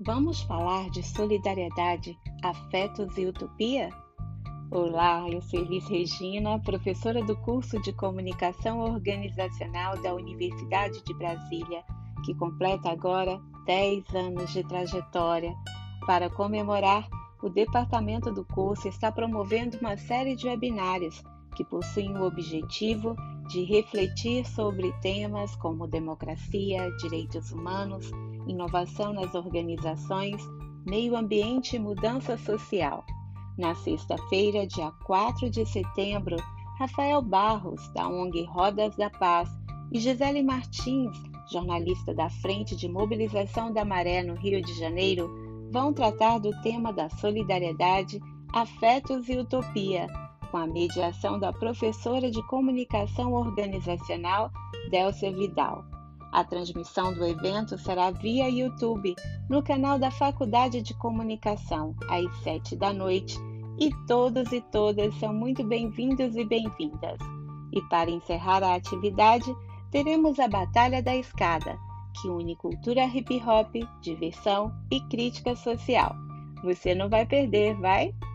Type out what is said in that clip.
Vamos falar de solidariedade, afetos e utopia? Olá, eu sou Elis Regina, professora do curso de Comunicação Organizacional da Universidade de Brasília, que completa agora 10 anos de trajetória. Para comemorar, o departamento do curso está promovendo uma série de webinários que possuem o objetivo de refletir sobre temas como democracia, direitos humanos, inovação nas organizações, meio ambiente e mudança social. Na sexta-feira, dia 4 de setembro, Rafael Barros, da ONG Rodas da Paz, e Gisele Martins, jornalista da Frente de Mobilização da Maré no Rio de Janeiro, vão tratar do tema da solidariedade, afetos e utopia, com a mediação da professora de Comunicação Organizacional, Délcia Vidal. A transmissão do evento será via YouTube, no canal da Faculdade de Comunicação, às 7 da noite, e todos e todas são muito bem-vindos e bem-vindas. E para encerrar a atividade, teremos a Batalha da Escada, que une cultura hip-hop, diversão e crítica social. Você não vai perder, vai?